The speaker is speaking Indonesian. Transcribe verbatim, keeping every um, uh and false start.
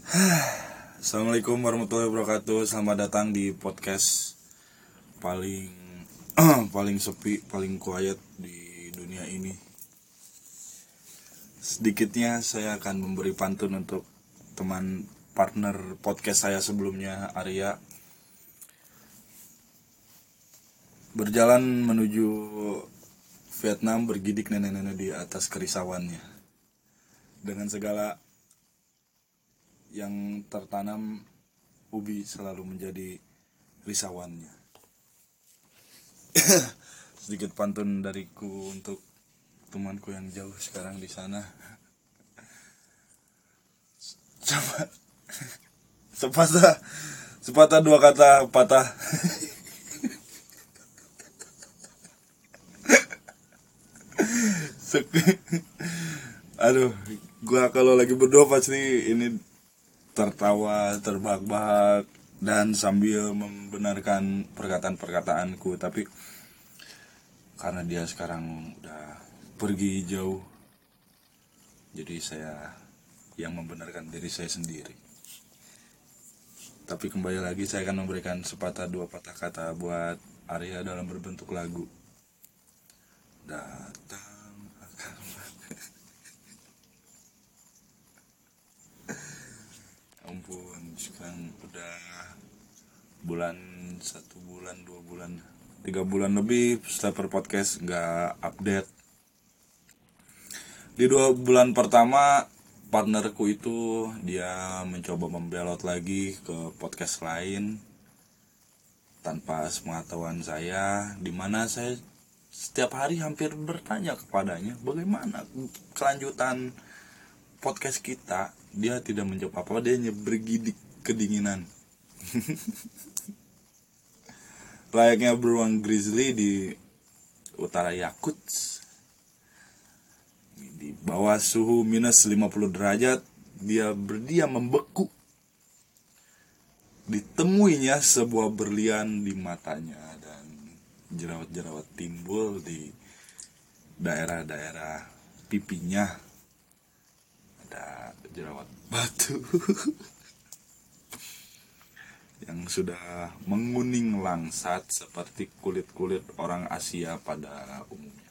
Assalamualaikum warahmatullahi wabarakatuh. Selamat datang di podcast paling paling sepi, paling quiet di dunia ini. Sedikitnya saya akan memberi pantun untuk teman partner podcast saya sebelumnya, Arya. Berjalan menuju Vietnam, bergidik nenek-nenek di atas kerisauannya. Dengan segala yang tertanam, ubi selalu menjadi risauannya. Sedikit pantun dariku untuk temanku yang jauh sekarang di sana. Coba sepatah sepatah dua kata patah. Aduh, gua kalau lagi berdoa pasti ini tertawa terbahak-bahak dan sambil membenarkan perkataan-perkataanku, tapi karena dia sekarang udah pergi jauh, jadi saya yang membenarkan diri saya sendiri. Tapi kembali lagi, saya akan memberikan sepatah dua patah kata buat Arya dalam berbentuk lagu. Datang akan ampun, sekarang udah bulan satu bulan, dua bulan, tiga bulan lebih setelah podcast nggak update. Di dua bulan pertama, partnerku itu dia mencoba membelot lagi ke podcast lain tanpa sepengetahuan saya, dimana saya setiap hari hampir bertanya kepadanya bagaimana kelanjutan podcast kita. Dia tidak menjawab apa-apa, dia hanya bergidik kedinginan. Layaknya beruang grizzly di utara Yakutsk, di bawah suhu minus lima puluh derajat, dia berdiam membeku. Ditemuinya sebuah berlian di matanya dan jerawat-jerawat timbul di daerah-daerah pipinya. Ada jerawat batu yang sudah menguning langsat seperti kulit-kulit orang Asia pada umumnya.